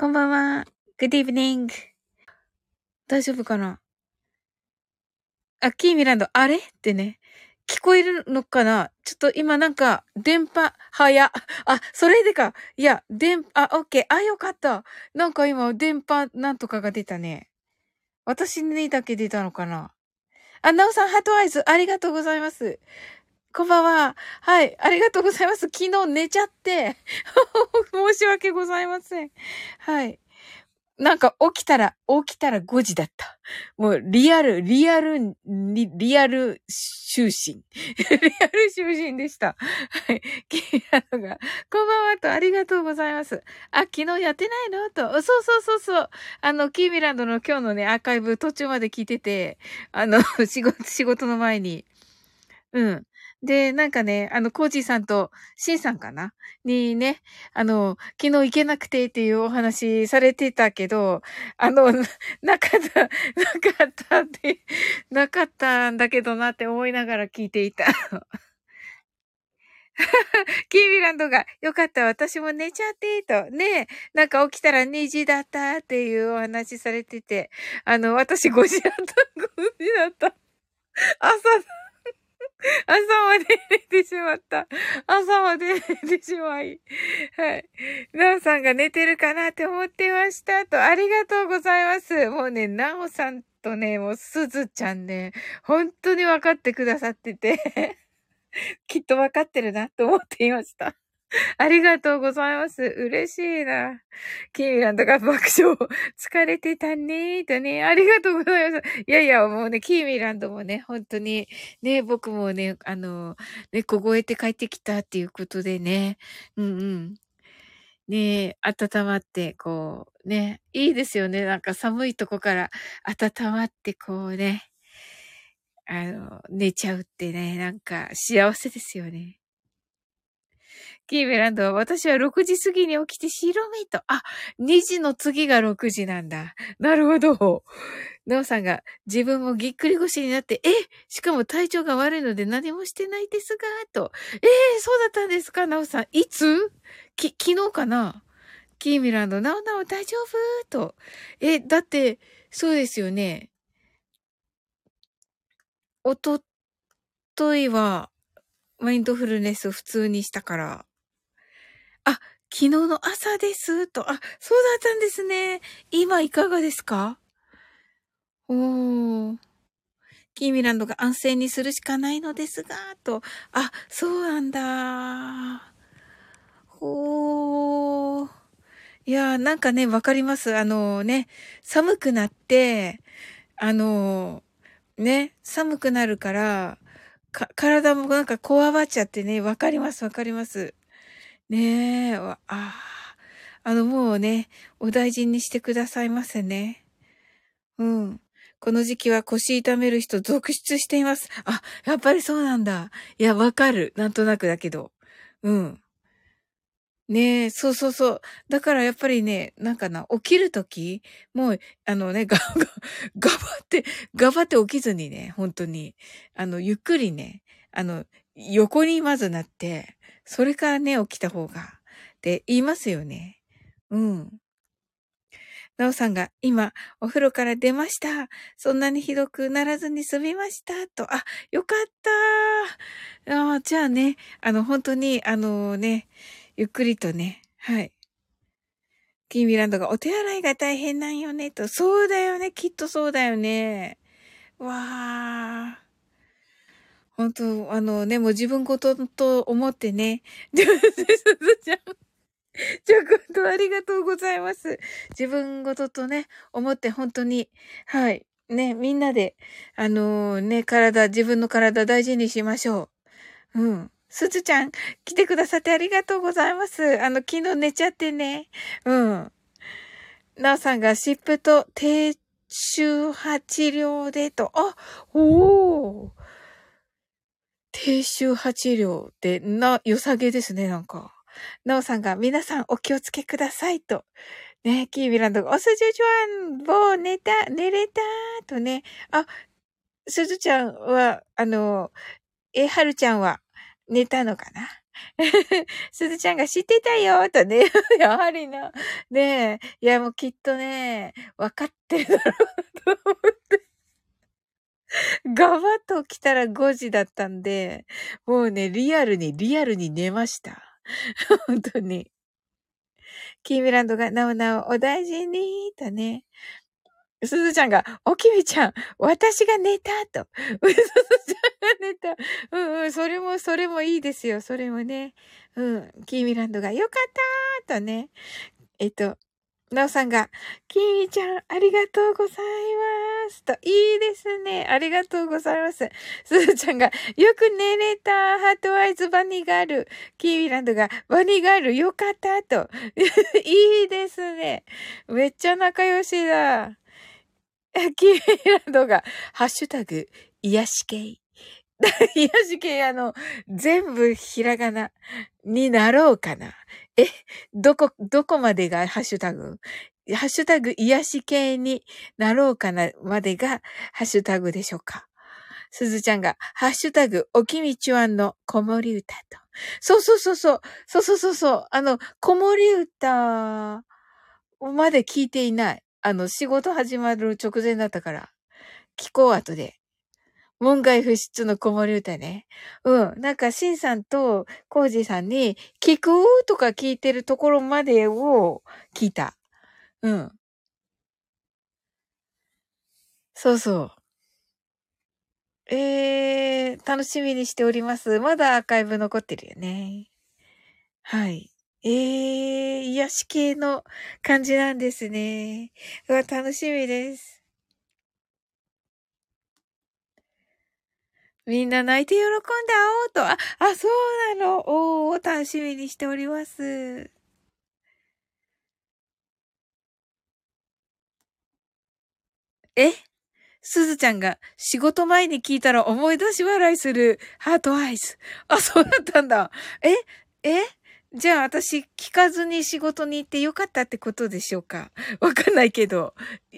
こんばんは。Good evening. 大丈夫かな。キーミランド、あれってね。聞こえるのかな。ちょっと今なんか、電波、早。それでか。いや、オッケー。よかった。なんか今、電波なんとかが出たね。私にだけ出たのかな。なおさん、ハートアイズ、ありがとうございます。こんばんは。はい、ありがとうございます。昨日寝ちゃって。申し訳ございません。はい。なんか起きたら5時だった。もうリアル就寝。リアル就寝でした。はい。キーラのが、こんばんはとありがとうございます。昨日やってないのと。そう。キーミランドの今日のね、アーカイブ途中まで聞いてて、仕事の前に。うん。で、なんかね、コージーさんとシンさんかなにね、昨日行けなくてっていうお話されてたけど、なかったんだけどなって思いながら聞いていた。キーミランドが、よかった、私も寝ちゃって、と、ね、なんか起きたら2時だったっていうお話されてて、私5時だった、5時だった。朝まで寝てしまった。朝まで寝てしまい。はい。なおさんが寝てるかなって思ってました。と、ありがとうございます。もうね、なおさんとね、もうすずちゃんね、本当に分かってくださってて、きっと分かってるなと思っていました。ありがとうございます。嬉しいな。キーミランドが爆笑。疲れてたねーとね。ありがとうございます。いやいや、もうね、キーミランドもね、本当に、ね、僕もね、ね、凍えて帰ってきたっていうことでね。うんうん。ね、温まって、こう、ね、いいですよね。なんか寒いとこから温まって、こうね、寝ちゃうってね、なんか幸せですよね。キーベランドは私は6時過ぎに起きて白目と。2時の次が6時なんだ。なるほど。なおさんが自分もぎっくり腰になって、しかも体調が悪いので何もしてないですが、と。そうだったんですか、なおさん。いつ昨日かな。キーミランド、なお大丈夫と。だって、そうですよね。おとといは、マインドフルネス普通にしたから。昨日の朝ですと。そうだったんですね。今いかがですか？おー。キーミランドが安静にするしかないのですが、と。そうなんだ。ほー。いやー、なんかね、わかります。寒くなって、寒くなるから、体もなんかこわばっちゃってね、わかります、わかります。ねえ、もうね、お大事にしてくださいませね。うん。この時期は腰痛める人続出しています。やっぱりそうなんだ。いや、わかる。なんとなくだけど。うん。ねえ、そう。だからやっぱりね、なんかな、起きるとき、もう、頑張って起きずにね、本当に、ゆっくりね、横にまずなって、それからね、起きた方が、って言いますよね。うん。なおさんが、今、お風呂から出ました。そんなにひどくならずに済みました。と、よかった。じゃあね、本当に、ゆっくりとね、はい。キーミランドがお手洗いが大変なんよね、と。そうだよね、きっとそうだよね。わー。本当もう自分事と思ってね。じゃあ、今度ありがとうございます。自分事とね、思って本当に、はい。ね、みんなで、自分の体大事にしましょう。うん。すずちゃん、来てくださってありがとうございます。昨日寝ちゃってね。うん。なおさんが湿布と低周波治療でと、おー。低周波治療って良さげですね、なんか。なおさんが、皆さんお気をつけくださいと。ね、キーミランドが、おすずちゃん、もう寝れたとね。すずちゃんは、はるちゃんは寝たのかなすずちゃんが知ってたよとね。やはりな。ねえ。いや、もうきっとね、わかってるだろうと思って。ガバッと来たら5時だったんで、もうね、リアルに寝ました。本当に。キーミランドがなおなおお大事にとね。すずちゃんが、おきみちゃん、私が寝たと。すずちゃんが寝た。うんうん、それもいいですよ。それもね。うん。キーミランドが、よかったとね。なおさんが、キミちゃん、ありがとうございます。と、いいですね。ありがとうございます。すずちゃんが、よく寝れた。ハートアイズバニーガール。キーミランドが、バニーガール、よかった。と。いいですね。めっちゃ仲良しだ。キーミランドが、ハッシュタグ、癒し系。癒し系、全部ひらがなになろうかな。え、どこまでがハッシュタグ？ハッシュタグ癒し系になろうかなまでがハッシュタグでしょうか。すずちゃんが、ハッシュタグ、おきみちわんの子守歌と。そうそうそうそう。そうそうそうそう。子守歌まで聞いていない。仕事始まる直前だったから。聞こう後で。門外不出の子守歌ね。うん。なんか、シンさんとコージーさんに、聞くとか聞いてるところまでを聞いた。うん。そうそう。楽しみにしております。まだアーカイブ残ってるよね。はい。癒し系の感じなんですね。うわ、楽しみです。みんな泣いて喜んで会おうと。そうなの。楽しみにしております。えすずちゃんが仕事前に聞いたら思い出し笑いするハートアイズ。そうだったんだ。えじゃあ私聞かずに仕事に行ってよかったってことでしょうか？わかんないけど。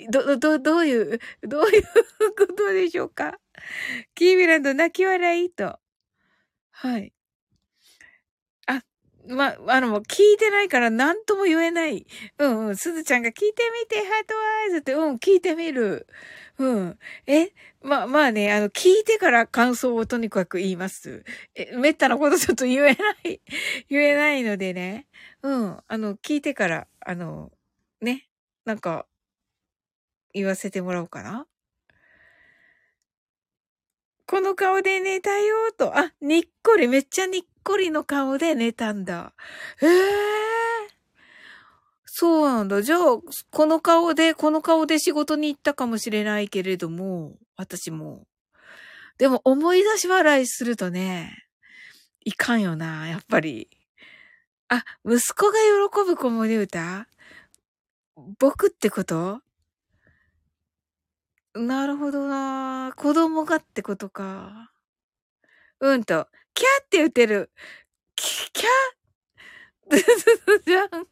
どういうことでしょうか？キーミランド泣き笑いと。はい。あ、もう聞いてないから何とも言えない。うんうん。すずちゃんが聞いてみて、ハートアイズって、聞いてみる。うん。まあね、聞いてから感想をとにかく言います。めったなことちょっと言えない、言えないのでね。うん。聞いてから、ね、なんか、言わせてもらおうかな。この顔で寝たよと。にっこり、めっちゃにっこりの顔で寝たんだ。へえ。そうなんだ。じゃあ、この顔で仕事に行ったかもしれないけれども、私も。でも思い出し笑いするとね、いかんよな、やっぱり。息子が喜ぶ子守歌？僕ってこと？なるほどな。子供がってことか。キャーって言ってる。キャーじゃん。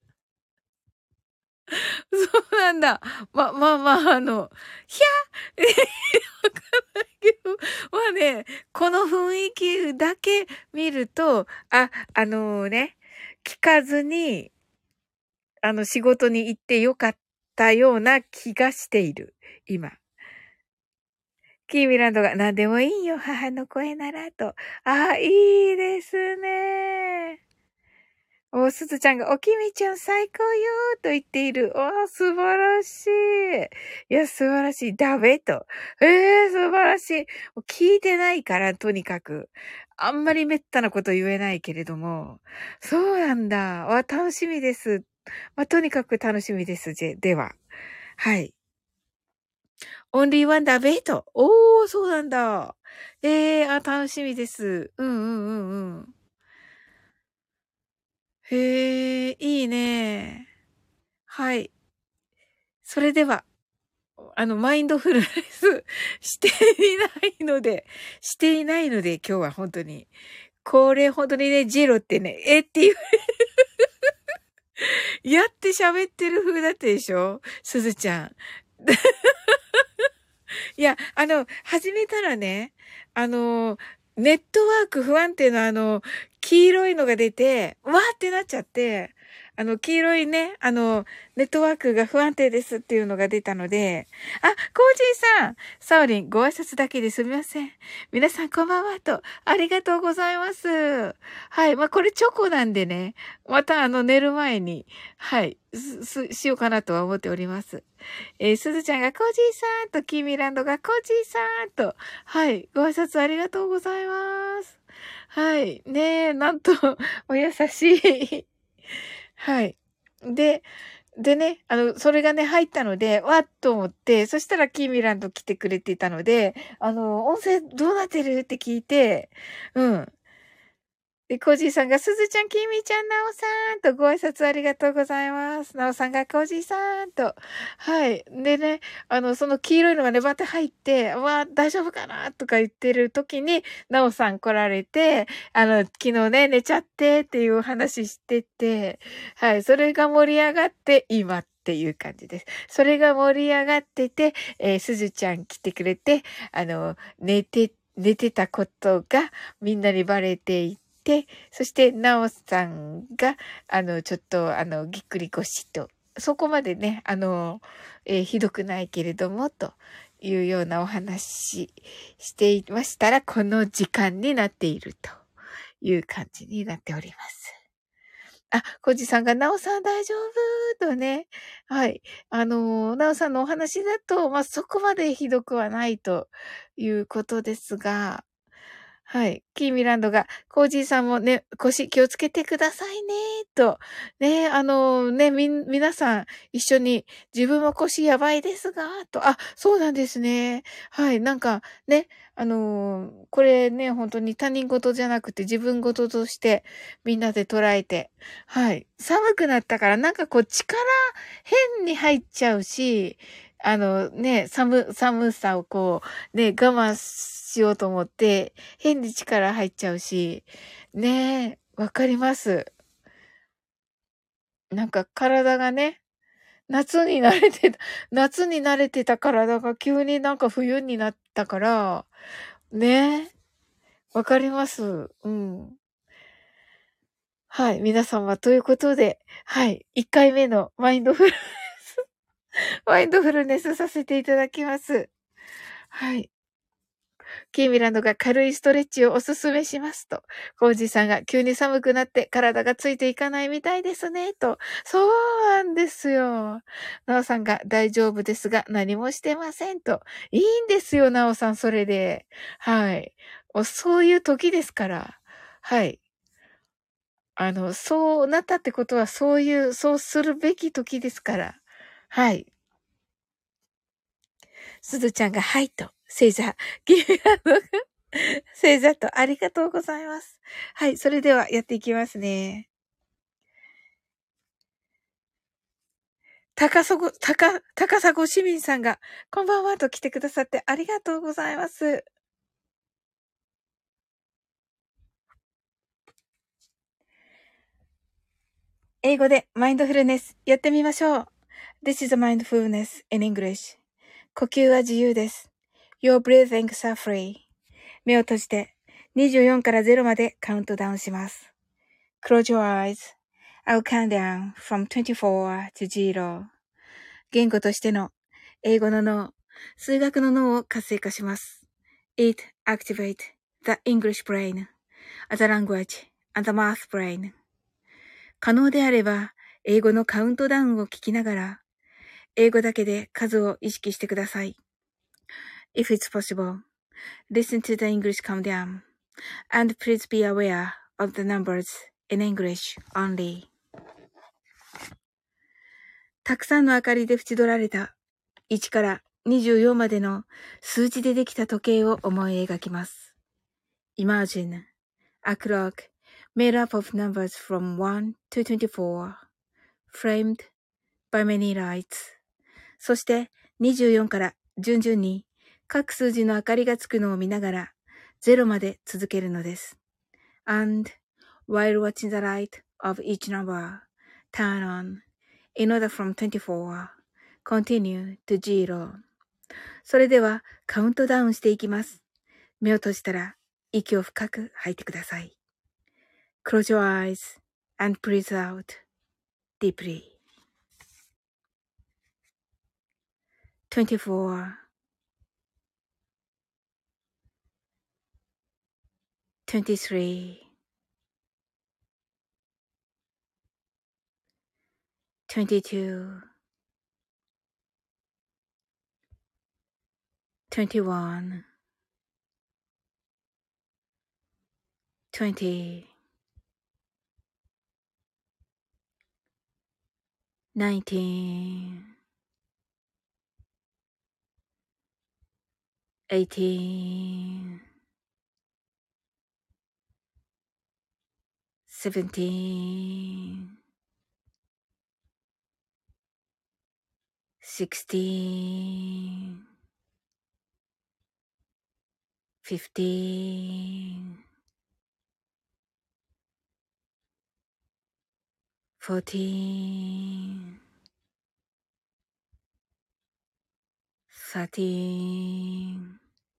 そうなんだ。まあ、ひゃわかんないけど、まあね、この雰囲気だけ見ると、聞かずに、仕事に行ってよかったような気がしている。今。キーミランドが何でもいいよ、母の声ならと。いいですね。すずちゃんが、おきみちゃん最高よと言っている。素晴らしい。いや、素晴らしい。ダメと。素晴らしい。聞いてないから、とにかく。あんまりめったなこと言えないけれども。そうなんだ。楽しみです。とにかく楽しみです。では。はい。オンリーワンダベート。そうなんだ。楽しみです。うん。いいね。はい。それでは、マインドフルネスしていないので、今日は本当に。これ本当にね、ジェロってね、っていうやって喋ってる風だったでしょすずちゃん。いや、始めたらね、ネットワーク不安定の黄色いのが出て、わーってなっちゃって、黄色いね、ネットワークが不安定ですっていうのが出たので、あ、コージーさん、サオリン、ご挨拶だけですみません。皆さんこんばんはと、ありがとうございます。はい。まあ、これチョコなんでね、また寝る前に、はい、しようかなとは思っております。すずちゃんがコージーさんと、キーミランドがコージーさんと、はい、ご挨拶ありがとうございます。はい。ねえ、なんと、お優しい。はい。でね、それがね、入ったので、わっと思って、そしたらキーミランド来てくれていたので、音声どうなってるって聞いて、うん。で、コージーさんが、すずちゃん、きみちゃん、なおさんとご挨拶ありがとうございます。なおさんが、コージーさんと。はい。でね、その黄色いのがね、バって入って、わー、大丈夫かなとか言ってる時に、なおさん来られて、昨日ね、寝ちゃってっていうお話してて、はい。それが盛り上がって、今っていう感じです。それが盛り上がってて、すずちゃん来てくれて、寝てたことがみんなにバレていて、そして、なおさんが、ちょっと、ぎっくり腰と、そこまでね、ひどくないけれども、というようなお話していましたら、この時間になっているという感じになっております。あ、コジさんが、なおさん大丈夫とね。はい。なおさんのお話だと、まあ、そこまでひどくはないということですが、はい。キーミランドが、コージーさんもね、腰気をつけてくださいね、と。ね、皆さん一緒に自分も腰やばいですが、と。あ、そうなんですね。はい。なんかね、これね、本当に他人事じゃなくて自分事としてみんなで捉えて。はい。寒くなったからなんかこう力変に入っちゃうし、寒さをこう、ね、我慢しようと思って、変に力入っちゃうし、ねえ、わかります。なんか体がね、夏に慣れてた体が急になんか冬になったから、ねえ、わかります。うん。はい、皆様、ということで、はい、1回目のマインドフルネスさせていただきます。はい。キーミランドが軽いストレッチをおすすめしますと。コージーさんが急に寒くなって体がついていかないみたいですね、と。そうなんですよ。ナオさんが大丈夫ですが何もしてませんと。いいんですよ、ナオさん、それで。はい。そういう時ですから。はい。そうなったってことは、そうするべき時ですから。はい。すずちゃんが、はいと、星座、キーミランドが星座とありがとうございます。はい、それではやっていきますね。高砂市民さんが、こんばんはと来てくださってありがとうございます。英語でマインドフルネスやってみましょう。This is a mindfulness in English. 呼吸は自由です。Your breathings are free. 目を閉じて24から0までカウントダウンします。Close your eyes.I'll count down from 24 to 0. 言語としての英語の脳、数学の脳を活性化します。It activates the English brain, the language, and the math brain. 可能であれば、英語のカウントダウンを聞きながら、英語だけで数を意識してください。If it's possible, listen to the English countdown, and please be aware of the numbers in English only. たくさんの明かりで縁取られた1から24までの数字でできた時計を思い描きます。Imagine a clock made up of numbers from 1 to 24, framed by many lights. そして24から順々に各数字の明かりがつくのを見ながら0まで続けるのです。And while watching the light of each number turn on in order from 24, continue to 0. それではカウントダウンしていきます。目を閉じたら息を深く吐いてください。 Close your eyes and breathe out deeply. 24, 23, 22, 21, 20, 19, 18, 17, 16, 15, 14, 13,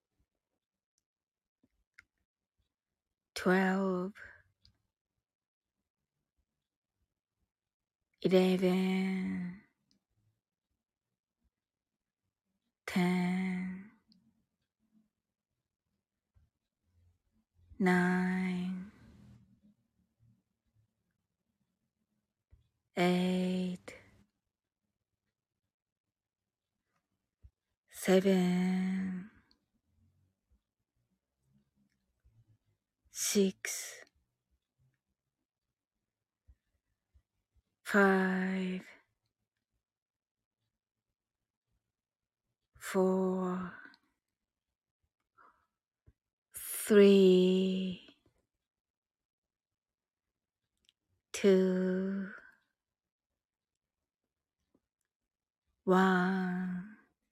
12, 11, 10, 9, 8, 7, 6, 5, 4, 3, 2, 1,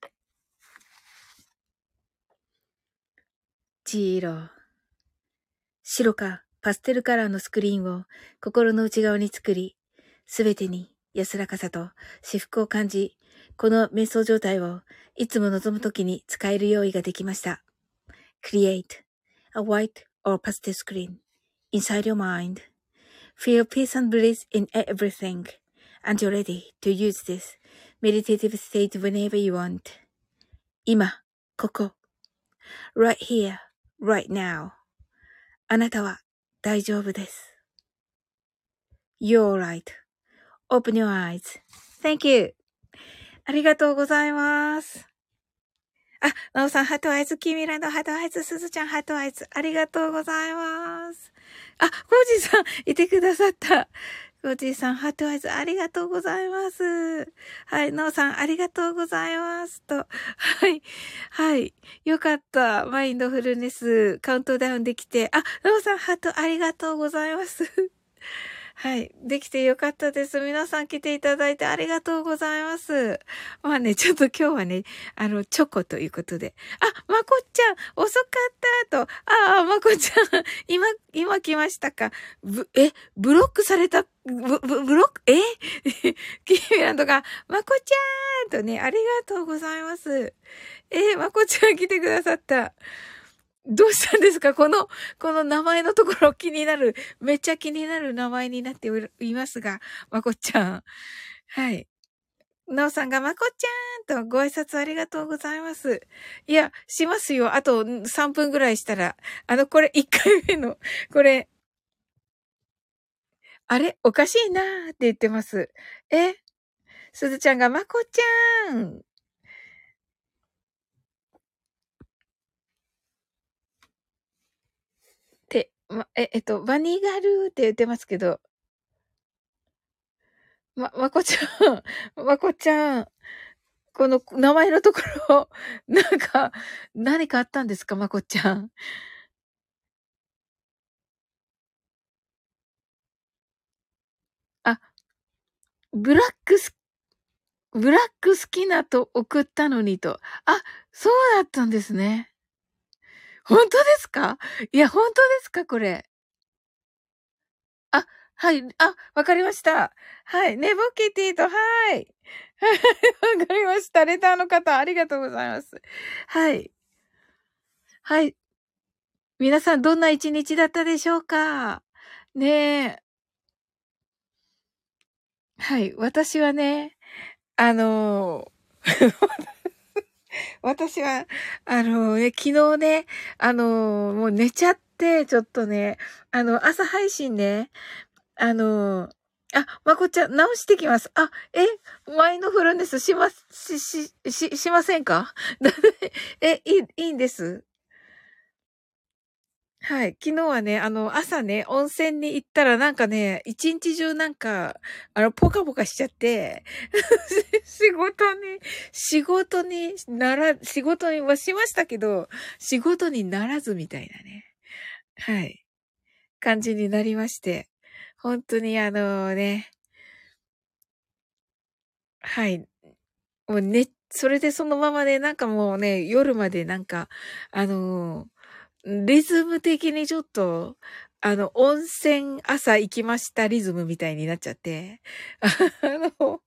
0。白かパステルカラーのスクリーンを心の内側に作り、すべてに安らかさと至福を感じ、この瞑想状態をいつも望むときに使える用意ができました。Create a white or pastel screen inside your mind. Feel peace and bliss in everything, and you're ready to use this meditative state whenever you want. 今、ここ。Right here, right now. あなたは大丈夫です。You're right.Open your eyes. Thank you. ありがとうございます。あ、なおさん、ハートアイズ、キーミランド、ハートアイズ、すずちゃん、ハートアイズ、ありがとうございます。あ、コージーさん、いてくださった。コージーさん、ハートアイズ、ありがとうございます。はい、なおさん、ありがとうございます。と、はい、はい、よかった。マインドフルネス、カウントダウンできて、あ、なおさん、ハート、ありがとうございます。はい。できてよかったです。皆さん来ていただいてありがとうございます。まあね、ちょっと今日はね、チョコということで。あ、まこっちゃん、遅かったと。まこっちゃん、今来ましたか。ブロックされた、ブロック、キーミランドが、まこちゃんとね、ありがとうございます。まこちゃん来てくださった。どうしたんですか？この名前のところ気になる、めっちゃ気になる名前になっていますが、まこっちゃん。はい。なおさんがまこっちゃんとご挨拶ありがとうございます。いや、しますよ。あと3分ぐらいしたら。これ1回目の、これ、あれおかしいなーって言ってます。すずちゃんがまこっちゃん。バニーガルーって言ってますけど、まこちゃん、まこちゃん、この名前のところ、何かあったんですか、まこちゃん。あ、ブラックス、ブラック好きなと送ったのにと。あ、そうだったんですね。本当ですか？いや、本当ですかこれ。あ、はい。わかりました。はい。ネボキティと、はい。わかりました。レターの方、ありがとうございます。はい。はい。皆さん、どんな一日だったでしょうか？ ねえ。はい。私はね、あの私は、昨日ね、もう寝ちゃって、ちょっとね、朝配信ね、あのまこちゃん、直してきます。マインドフルネスしませんか？いいんです。はい。昨日はね、朝ね、温泉に行ったらなんかね、一日中なんか、ポカポカしちゃって、仕事に、仕事にはしましたけど、仕事にならずみたいなね。はい。感じになりまして。本当にはい。もうね、それでそのままね、なんかもうね、夜までなんか、あのリズム的にちょっと、温泉朝行きましたリズムみたいになっちゃって、の、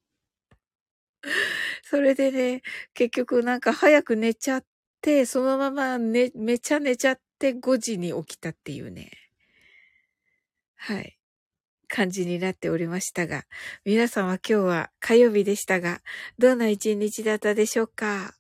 それでね、結局なんか早く寝ちゃって、そのままめちゃ寝ちゃって5時に起きたっていうね、はい、感じになっておりましたが、皆さんは今日は火曜日でしたが、どんな一日だったでしょうか？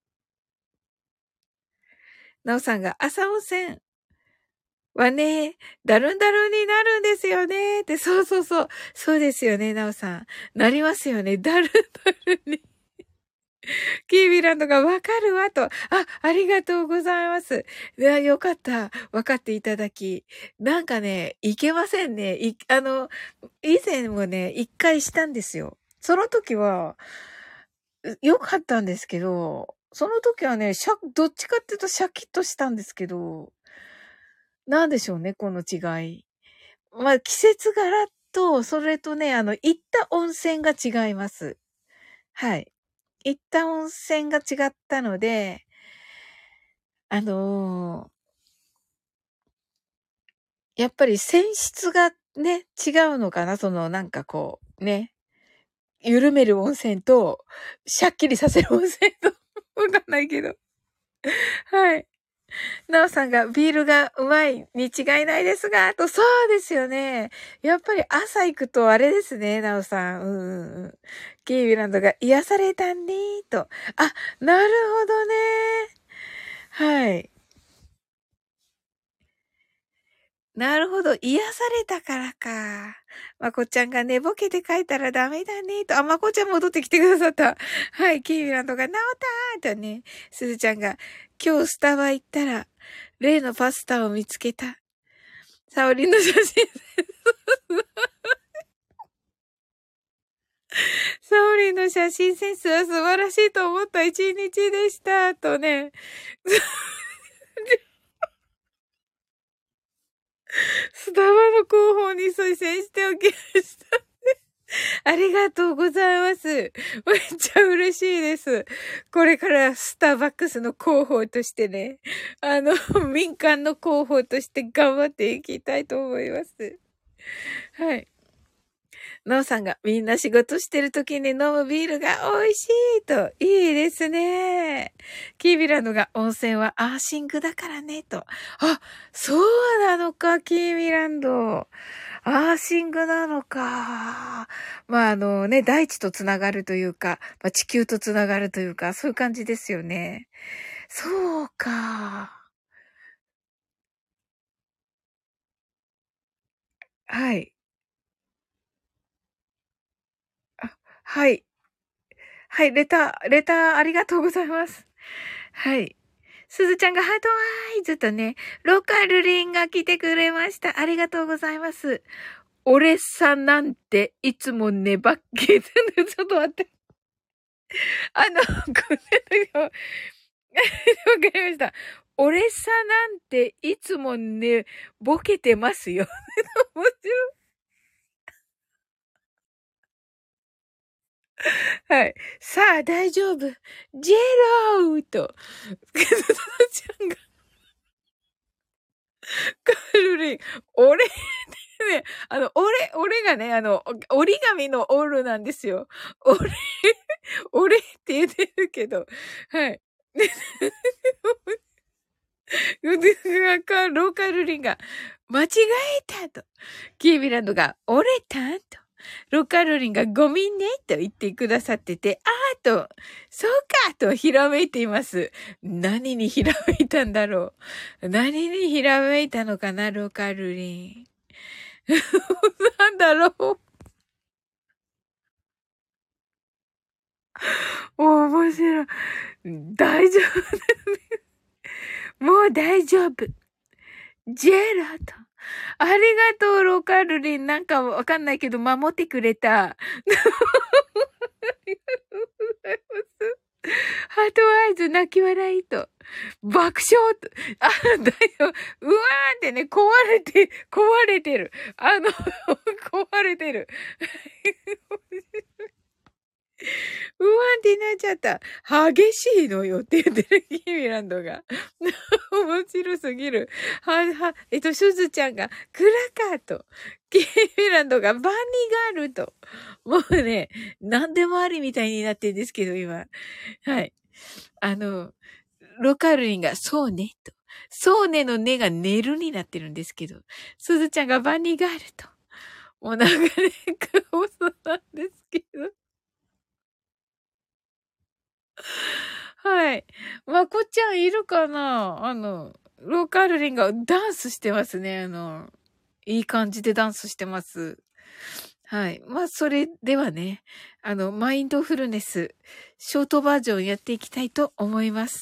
なおさんが朝温泉はね、だるんだるんになるんですよねって、そうそうそう。そうですよね、なおさん。なりますよね。だるんだるんに。キービランドがわかるわと。ありがとうございます。いや、よかった。わかっていただき。なんかね、いけませんね。以前もね、一回したんですよ。その時は、よかったんですけど、その時はね、どっちかっていうとシャキッとしたんですけど、なんでしょうね、この違い。季節柄と、それとね、行った温泉が違います。はい。行った温泉が違ったので、あのやっぱり泉質がね、違うのかな、なんかこう、ね、緩める温泉と、シャッキリさせる温泉と、わかんないけど。はい。なおさんがビールがうまいに違いないですが、そうですよね。やっぱり朝行くとあれですね、なおさん。うんうんうん。キービランドが癒されたんねーと。なるほどね。はい。なるほど。癒されたからか。まこちゃんが寝ぼけて書いたらダメだねと。まこちゃん戻ってきてくださった。はい。キービランドが治ったーとね。すずちゃんが今日スタバ行ったら、例のパスタを見つけた。サオリンの写真、サオリンの写真センスは素晴らしいと思った一日でした。とね。スタバの広報に推薦しておきました。ありがとうございます。めっちゃ嬉しいです。これからスターバックスの広報としてね、民間の広報として頑張っていきたいと思います。はい。なおさんがみんな仕事してる時に飲むビールが美味しいと、いいですね。キービランドが温泉はアーシングだからねと。そうなのか、キービランド。アーシングなのか。大地とつながるというか、地球とつながるというか、そういう感じですよね。そうか。はい。はい。はい、レターありがとうございます。はい。すずちゃんがハートワイズとね、ロカルリンが来てくれました。ありがとうございます。俺さんなんていつもねばっけ。ちょっと待って。ごめんなさい。わかりました。俺さなんていつもね、ボケてますよ。面白い。はい。さあ、大丈夫。ジェローと、すずちゃんが、カルリン、俺ね、俺がね、折り紙のオールなんですよ。俺って言ってるけど、はい。ローカルリンが、 間違えたと。キービランドが折れたと。ロカルリンがごめんねと言ってくださってて、と、そうかとひらめいています。何にひらめいたんだろう。何にひらめいたのかな、ロカルリン。なんだろう。面白い。大丈夫。もう大丈夫。ジェラと。ありがとう、ロカルリン。なんかわかんないけど、守ってくれた。ありがとうございます。ハートアイズ泣き笑いと。爆笑と。大丈夫。うわーんってね、壊れてる。壊れてる。うわんってなっちゃった。激しいのよって言ってる、キーミランドが。面白すぎる。すずちゃんが、クラカーと、キーミランドがバンニーガールと。もうね、何でもありみたいになってるんですけど、今。はい。ロカルリンが、そうね、と。そうねのねが寝るになってるんですけど、すずちゃんがバンニーガールと。もうなんかね、カオスなんですけど。はい。まこちゃんいるかな？ローカルリンがダンスしてますね。いい感じでダンスしてます。はい。まあ、それではね、マインドフルネス、ショートバージョンやっていきたいと思います。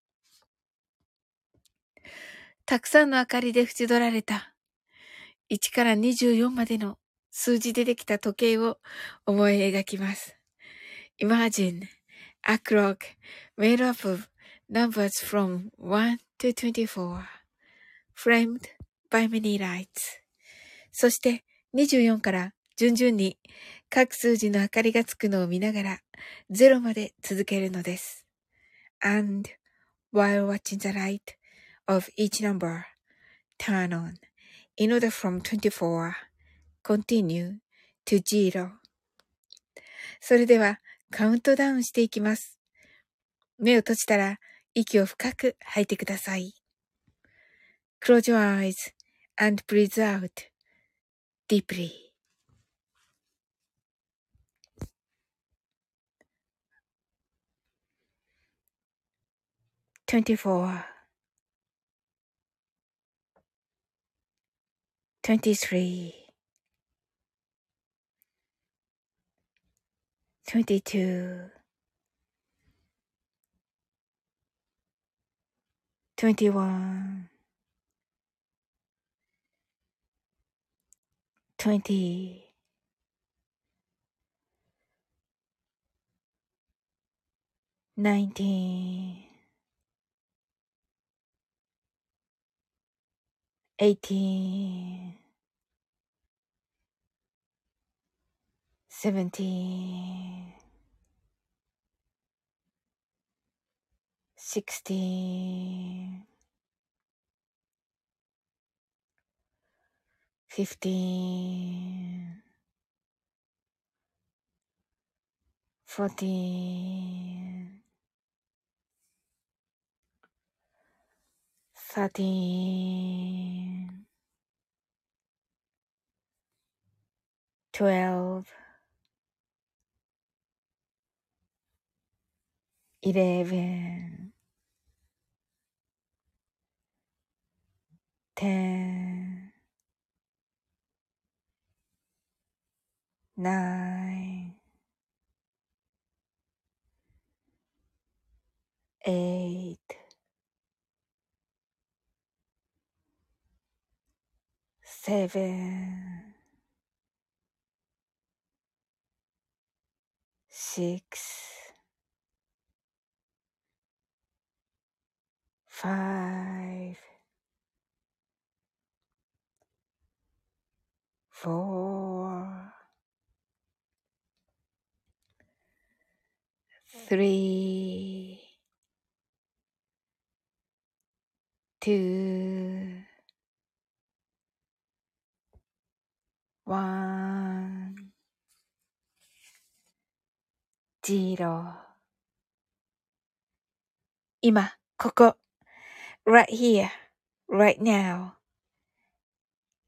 たくさんの明かりで縁取られた、1から24までの数字でできた時計を思い描きます。Imagine a clock made up of numbers from 1 to 24, framed by many lights. そして24から順々に各数字の明かりがつくのを見ながら0まで続けるのです。And while watching the light of each number turn on, in order from 24, continue to 0. それではカウントダウンしていきます。目を閉じたら息を深く吐いてください。Close your eyes and breathe out deeply. 24, 23, 22, 21, 20, 19, 18, 17, 16, 15, 14, 13, 12, 11, 10, 9, 8, 7, 6, 5, 4, 3, 2, 1, 0. 今、ここ、right here, right now.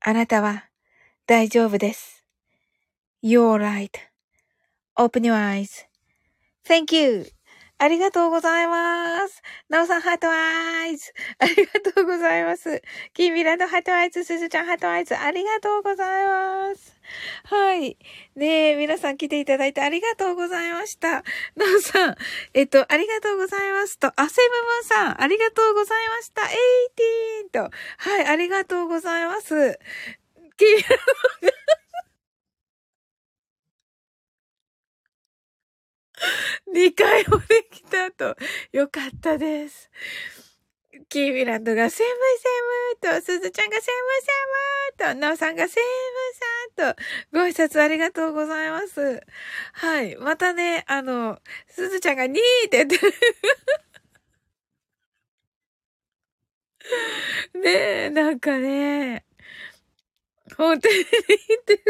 あなたは大丈夫です。You're right.Open your eyes.Thank you. ありがとうございます。なおさん、ハートアイズ。ありがとうございます。キーミランド、ハートアイズ。すずちゃん、ハートアイズ。ありがとうございます。はい。ねえ、皆さん来ていただいてありがとうございました。なおさん、ありがとうございますと、セムムーンさん、ありがとうございました。18と、はい、ありがとうございます。キーミランド2回もできたと、よかったです。キーミランドがセムセムと、すずちゃんがセムセムと、ナオさんがセムさんと、ご挨拶ありがとうございます。はい。またね、すずちゃんがニーって言ってる。ねえ、なんかね、本当にニーって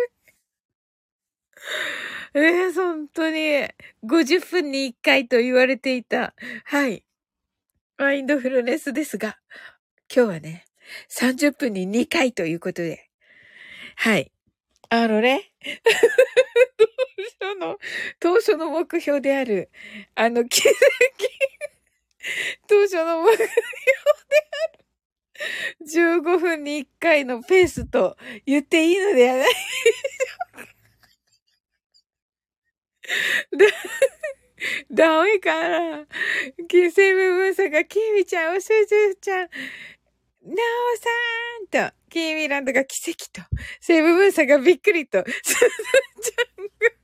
言ってる。本当に、50分に1回と言われていた。はい。マインドフルネスですが、今日はね、30分に2回ということで、はい。ね、当初の目標である、奇跡、当初の目標15分に1回のペースと言っていいのではないダメかな。金星部分さんが、キミちゃん、おすずちゃん、なおさんと、キーミランドが奇跡と、セブブンさんがびっくりと、すずちゃんが、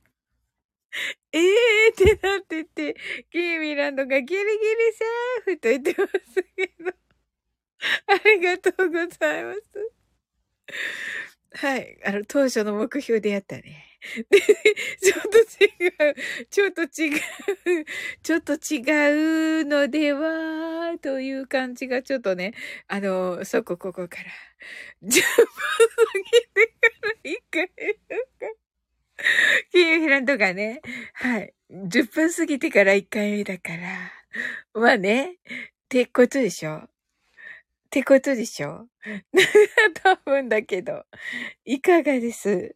ってなってて、キーミランドがギリギリセーフと言ってますけど、ありがとうございます。はい。当初の目標でやったね。で、ちょっと違う、ちょっと違う、ちょっと違うのでは、という感じがちょっとね、ここから、10分過ぎてから一回、キーフランドがね、はい。10分過ぎてから1回目だから、まあね、ってことでしょってことでしょ多分だけど。いかがです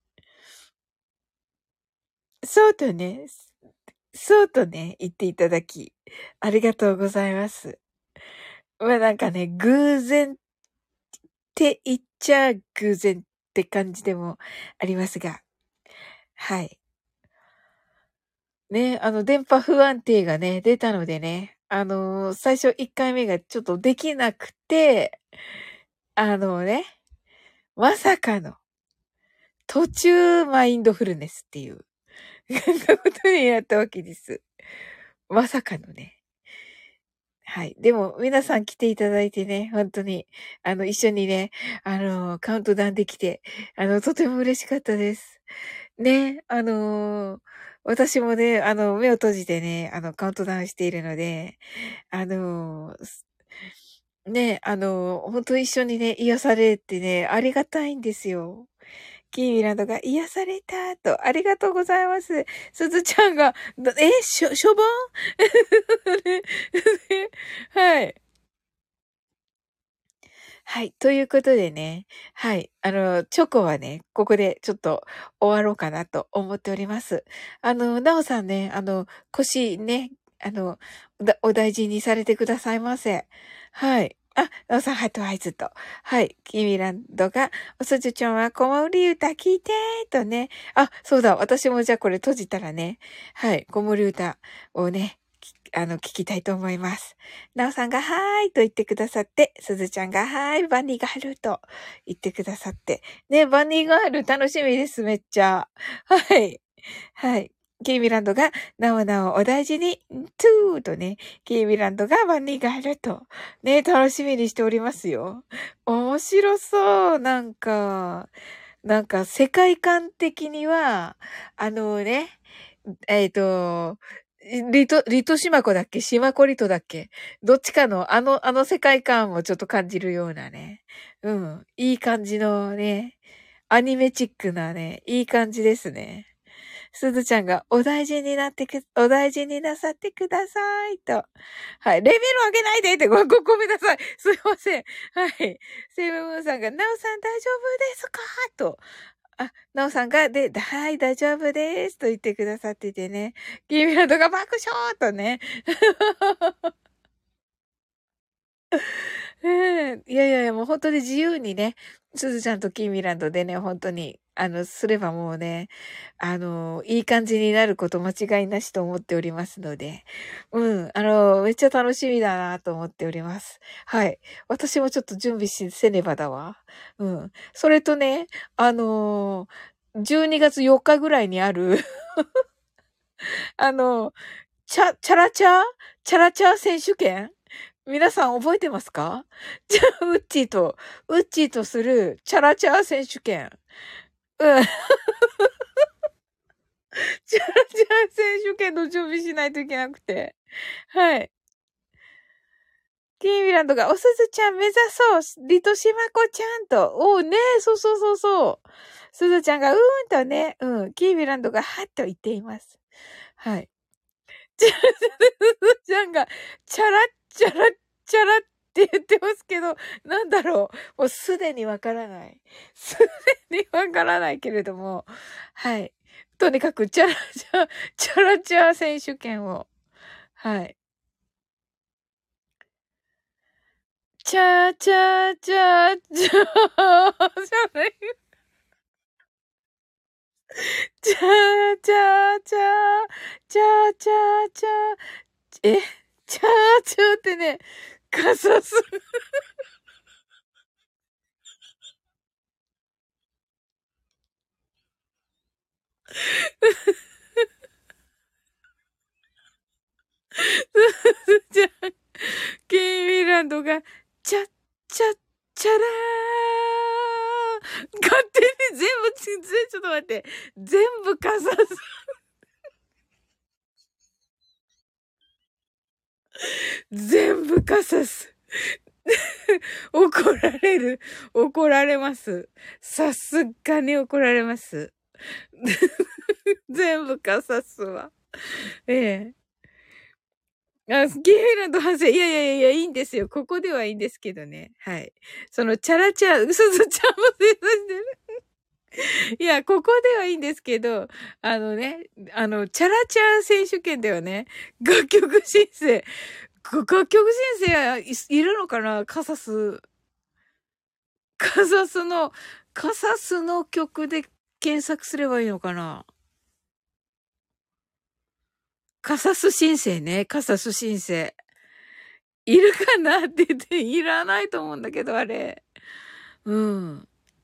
そうとね、そうとね、言っていただき、ありがとうございます。まあなんかね、偶然って言っちゃ偶然って感じでもありますが、はい。ね、電波不安定がね、出たのでね、最初1回目がちょっとできなくて、ね、まさかの途中マインドフルネスっていうことになったわけです。まさかのね。はい。でも、皆さん来ていただいてね、本当に、一緒にね、カウントダウンできて、とても嬉しかったです。ね、私もね、目を閉じてね、カウントダウンしているので、ね、本当一緒にね、癒されてね、ありがたいんですよ。キーミランドが癒されたと、ありがとうございます。すずちゃんが、しょぼんはい。はい。ということでね。はい。チョコはね、ここでちょっと終わろうかなと思っております。なおさんね、腰ね、お大事にされてくださいませ。はい。なおさん、ハートアイズと。はい。キミランドが、おすずちゃんは子守歌聞いてとね。そうだ。私もじゃあこれ閉じたらね。はい。子守歌をね、聞きたいと思います。なおさんがはーいと言ってくださって、すずちゃんがはーい、バニーガールと言ってくださって。ね、バニーガール楽しみです、めっちゃ。はい。はい。キーミランドが、なおなおお大事に、トゥーとね、キーミランドがバニーガールと、ね、楽しみにしておりますよ。面白そう、なんか世界観的には、ね、えっと、リトシマコだっけシマコリトだっけどっちかのあの世界観をちょっと感じるようなね。うん。いい感じのね、アニメチックなね、いい感じですね。 すずちゃんがお大事になさってくださいと。はい。レベル上げないでって、ごめんなさい。すいません。はい。セイムムーンさんが、なおさん大丈夫ですかと。あ、なおさんが、はい、大丈夫ですと言ってくださっててね。キーミランドが爆笑とね。いやいやいや、もう本当に自由にね、すずちゃんとキーミランドでね、本当に、すればもうね、いい感じになること間違いなしと思っておりますので、めっちゃ楽しみだなと思っております。はい。私もちょっと準備せねばだわ。うん。それとね、12月4日ぐらいにあるあの、チャラチャ選手権皆さん覚えてますか？ウッチーとするチャラチャー選手権。うん。チャラチャー選手権の準備しないといけなくて。はい。キーミランドがおすずちゃん目指そうリトシマコちゃんと。おうね、そうそうそうそう。すずちゃんがとね、キーミランドがはっと言っています。はい。すずちゃんが、チャラッチャラッチャラって言ってますけど、なんだろう。もうすでにわからない。すでにわからないけれども、はい。とにかく、チャラチャ選手権を、はい。チャーチャーチャーチャー、じゃない。チャーチャーチャー、チャーチャーチャー、チャーチャーってね、カサス。じゃあ、ケイミランドが、チャッチャッチャラー。勝手にちょっと待って。全部かさす。全部かさす。怒られる。怒られます。さすがに怒られます。全部かさすわ。ええ。ゲイランド反省。いやいやいや、いいんですよ。ここではいいんですけどね。はい。その、チャラチャ、すずちゃんも正座してる。いや、ここではいいんですけど、チャラチャ選手権ではね、楽曲申請、楽曲申請いるのかなカサスの、カサスの曲で検索すればいいのかな？カサス申請ね、カサス申請。いるかなって言って、いらないと思うんだけど、あれ。うん。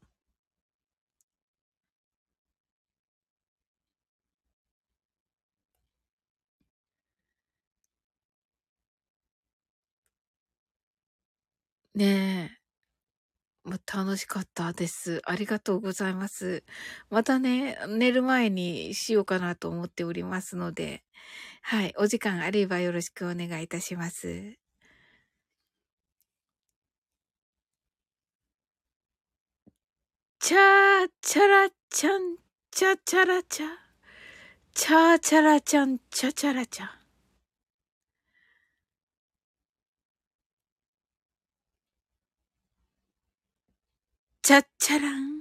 ねえ。楽しかったです。ありがとうございます。またね、寝る前にしようかなと思っておりますので、はい。お時間あればよろしくお願いいたします。チャーチャラチャン、チャチャラチャ。チャーチャラチャン、チャチャラチャ。チャッチャラン。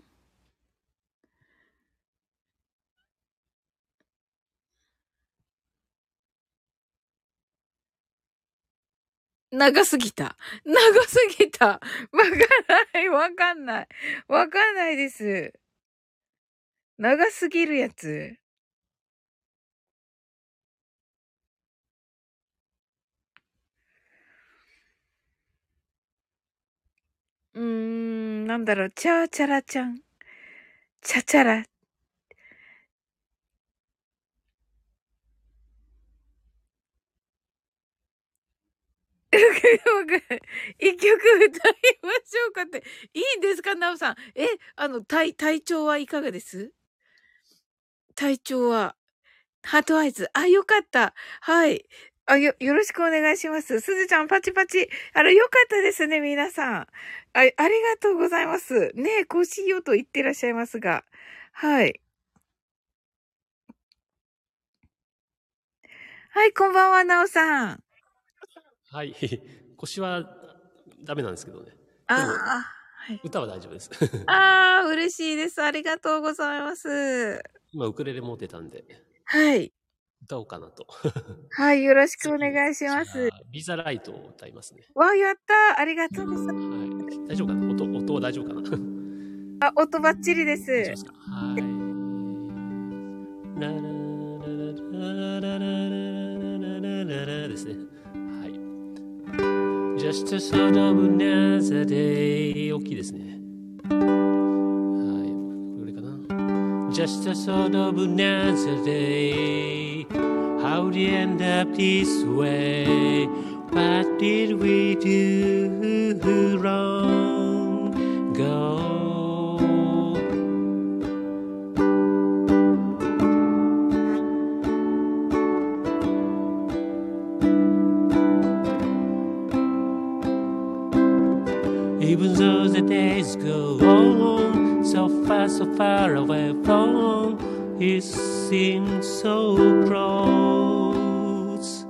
長すぎた。長すぎた。わかんない。わかんない。わかんないです。長すぎるやつ。なんだろう。チャーチャラチャン。チャチャラ。一曲歌いましょうかって。いいんですかなおさん。体調はいかがです？体調は。ハートアイズ。あ、よかった。はい。よろしくお願いします。すずちゃん、パチパチ。よかったですね、皆さん。ありがとうございます。ねえ、こうしようと言ってらっしゃいますが。はい。 はい、こんばんは、なおさん。 はい。腰はダメなんですけどね。であも、 あ、はい。 歌は大丈夫です。 ああ、嬉しいです。ありがとうございます。 今、ウクレレ持ってたんで、 はい。 歌おうかなと。 はい、よろしくお次、 願いしじゃます。 あ、ビザライトを歌いますね。 わあ、やったー。ありがとうございます。 はい。大丈夫かな音は大丈夫かな大丈あ、音バッチリです。 夫ですかはい。ララララララララララですね。はい。Just a sort of another day 大きいですね。はい。これかな Just a sort of another day How did you end up this way? What did we do wrong? Go. Even though the days go on, so far away from, it seems so close.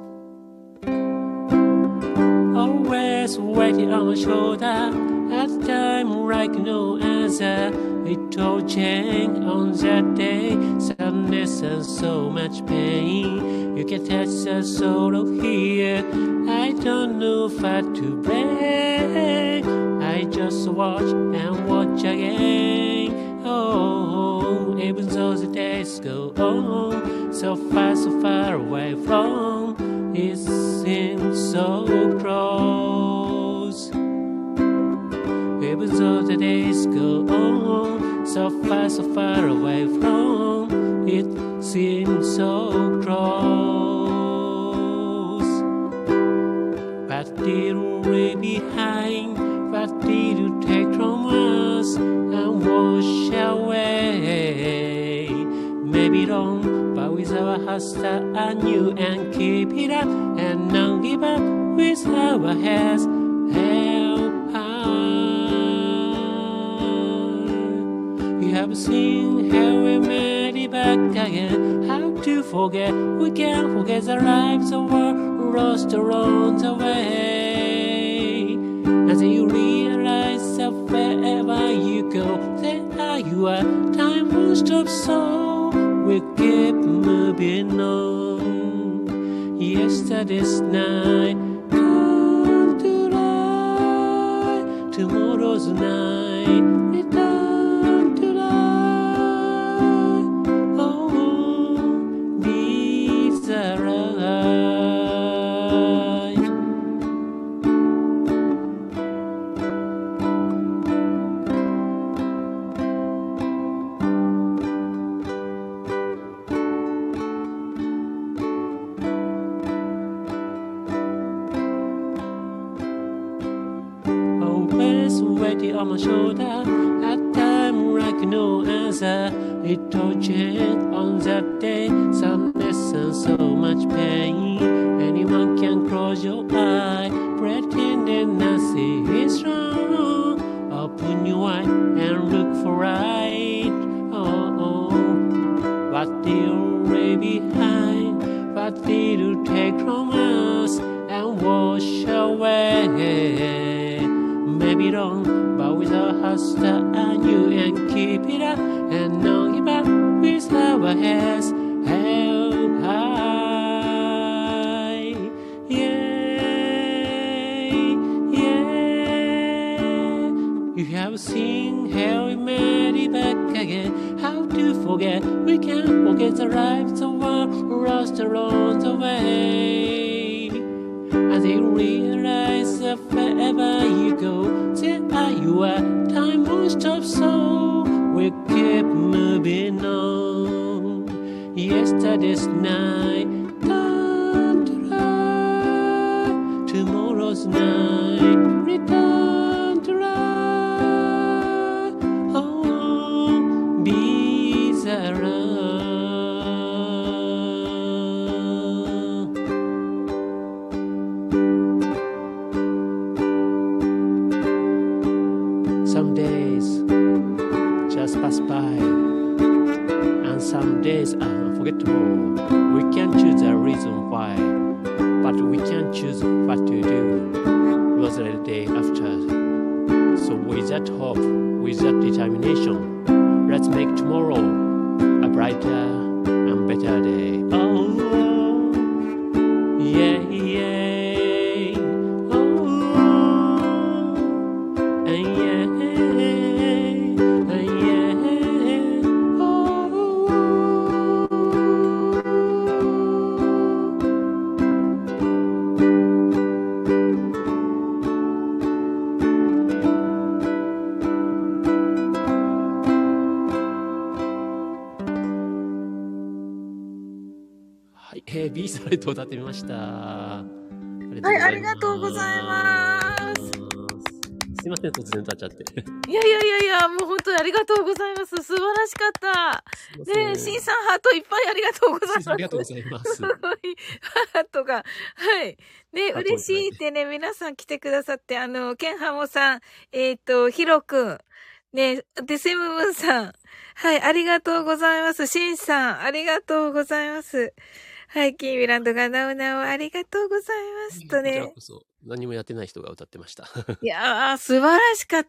Always waiting on my shoulder, at a time like no other. It all changed on that day, sadness and so much pain. You can touch the soul of here. I don't know what to break. I just watch and watch again. Oh, even though the days go on, so far away from, it seems so close. Even though the days go on, so far away from, it seems so close. But did we leave behind? What did you take from us and wash away? Maybe wrong, but with our hearts that are new and keep it up and not give up with our heads held high. You have seen how we made it back again. How to forget? We can't forget the lives that were lost along the way. As you realize that wherever you go, there you are. Time won't stop, so we keep moving on. Yesterday's night come to light. Tomorrow's night return to light. Oh, these are light. Always waiting on my shoulder, at time like no other. It all changed on that day, sadness and so much pain. Anyone can close your eye, pretending nothing is wrong. Open your eye and look for right. Oh, what did you leave behind? What did you take from us and wash away? Maybe wrong, but with our hearts that are new and keep it up and not give up with our heads held high. Yeah, yeah. You have seen how we made it back again. How to forget? We can't forget the lives that were lost along the way. As you realize that wherever you go, there you are. Time won't stop, so we keep moving on. Yesterday's night come to light. Tomorrow's night return to light. Oh, be the light. Some days just pass by, and some days are unforgettable. We can't choose a reason why. But we can't choose what to do was the day after. So with that hope, with that determination, let's make tomorrow a brighter and better day. Oh, yeah, yeah. Oh, and yeah, and yeah. Oh. はい、B ストレートを歌ってみました。はい、 ありがとうございます。 すいません、突然歌っちゃって。 いや、もう本当にありがとうございます。素晴らしかった。ねえ、シンさんハートいっぱいありがとうございます。 ありがとうございます。 ハートが。はい。ね、嬉しいってね、皆さん来てくださって、ケンハモさん、ヒロくん、ね、で、セムムンさん。はい、ありがとうございます。シンさん、ありがとうございます。はい、キーミランドがなおなおありがとうございますとね。 こちらこそ何もやってない人が歌ってました。 いやー、素晴らしかった。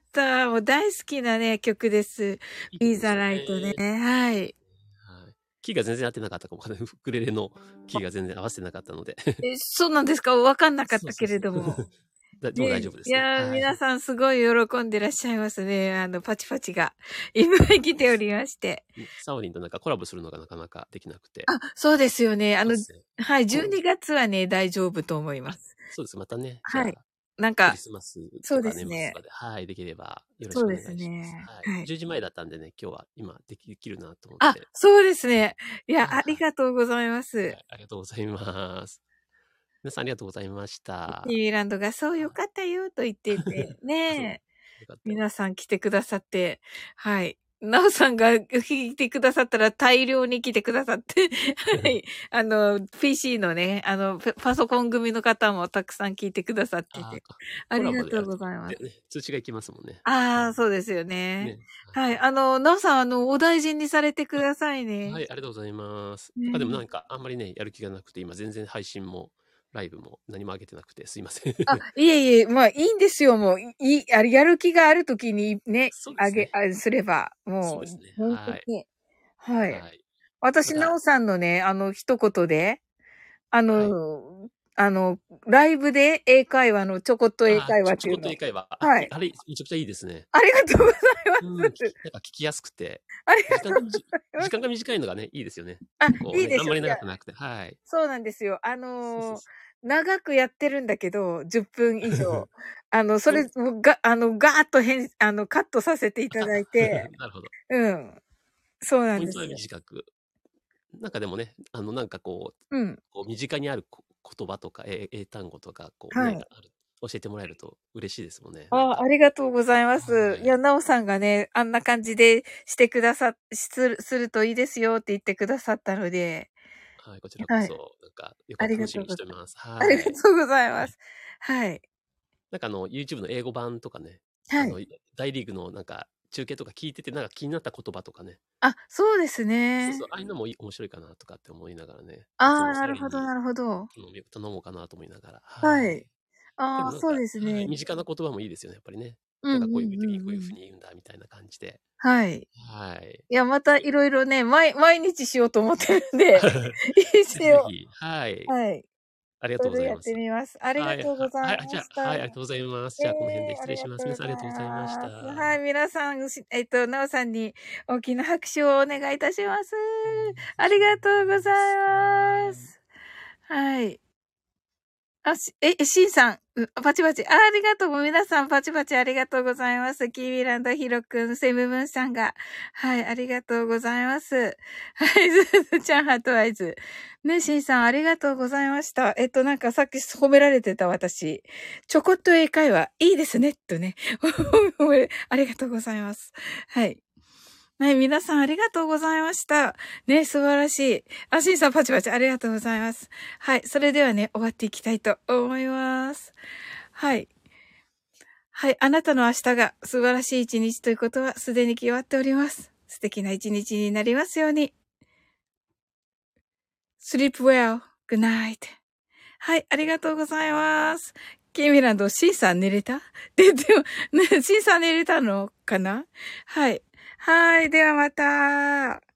もう大好きなね、曲です。ビーザライトね。はい。 キーが全然合ってなかったかも。ウクレレのキーが全然合わせてなかったので。 そうなんですか？わかんなかったけれども。 でも大丈夫ですね。 いやー、皆さんすごい喜んでらっしゃいますね。パチパチが。いっぱい来ておりまして。 サオリンとなんかコラボするのがなかなかできなくて。 あ、そうですよね。はい、12月はね、大丈夫と思います。 そうです、またね。 はい。なんか、 クリスマスとか年末とかで、はい、できればよろしくお願いします。そうですね。はい。10時前だったんでね、今日は今できるなと思って。 あ、そうですね。いや、ありがとうございます。 ありがとうございます。皆さんありがとうございました。 ニュージーランドがそうよかったよと言っていて、ねえ。皆さん来てくださって、はい。なおさんが来てくださったら大量に来てくださって、はい。PC のね、パソコン組の方もたくさん聞いてくださってて。ありがとうございます。 通知が行きますもんね。 ああ、そうですよね。はい。なおさん、お大事にされてくださいね。 はい、ありがとうございます。でもなんか、あんまりね、やる気がなくて、今全然配信も、ライブも何も上げてなくてすいません。 いえ、まあいいんですよ、もう。やる気があるときにね、すれば、もう。 そうですね。 本当に。はい。私、なおさんのね、一言で、ライブで英会話のちょこっと英会話っていうの。 ちょこっと英会話。 はい。 あれ、めちゃくちゃいいですね。 ありがとうございます。 なんか聞きやすくて。 ありがとうございます。 時間が短いのがね、いいですよね。 いいですよね。 あんまり長くなくて。はい。 そうなんですよ。長くやってるんだけど、10分以上。それが、ガーッとカットさせていただいて。 なるほど。 うん。そうなんですよ。 ポイントは短く。なんかでもね、なんかこう、身近にある言葉とか、英単語とか、こう、ね、教えてもらえると嬉しいですもんね。 ありがとうございます。いや、なおさんがね、あんな感じでしてくだするといいですよって言ってくださったので。 はい、こちらこそ、なんか、よく楽しみにしております。 はい。ありがとうございます。はい。 なんかYouTube の英語版とかね、大リーグのなんか、中継とか聞いてて、なんか気になった言葉とかね。 あ、そうですね。 そう、ああいうのも面白いかなとかって思いながらね。 なるほど、なるほど。 頼もうかなと思いながら。 はい。そうですね。 身近な言葉もいいですよね、やっぱりね。なんかこういう時にこういうふうに言うんだ、みたいな感じで。 はい。 はい。 いや、またいろいろね、毎日しようと思ってるんで。 ぜひ、はい。 はい。 ありがとうございます。 やってみます。ありがとうございました。 はい、ありがとうございます。じゃあ、この辺で失礼します。皆さんありがとうございました。 はい、皆さん、なおさんに大きな拍手をお願いいたします。ありがとうございます。はい。シンさん、パチパチ。ありがとう。皆さん、パチパチありがとうございます。キーミランドヒロくん、セムムンさんが。はい、ありがとうございます。はい、ズズちゃん、ハートアイズ。ね、シンさん、ありがとうございました。なんかさっき褒められてた私。ちょこっと英会話、いいですね、とね。ありがとうございます。はい。はい、皆さんありがとうございました。ね、素晴らしい。シンさんパチパチありがとうございます。はい、それではね、終わっていきたいと思います。はい。はい、あなたの明日が素晴らしい一日ということはすでに決まっております。素敵な一日になりますように。Sleep well. Good night. はい、ありがとうございます。キーミランド、シンさん寝れたって言っても、ね、シンさん寝れたのかなはい。はい、ではまた。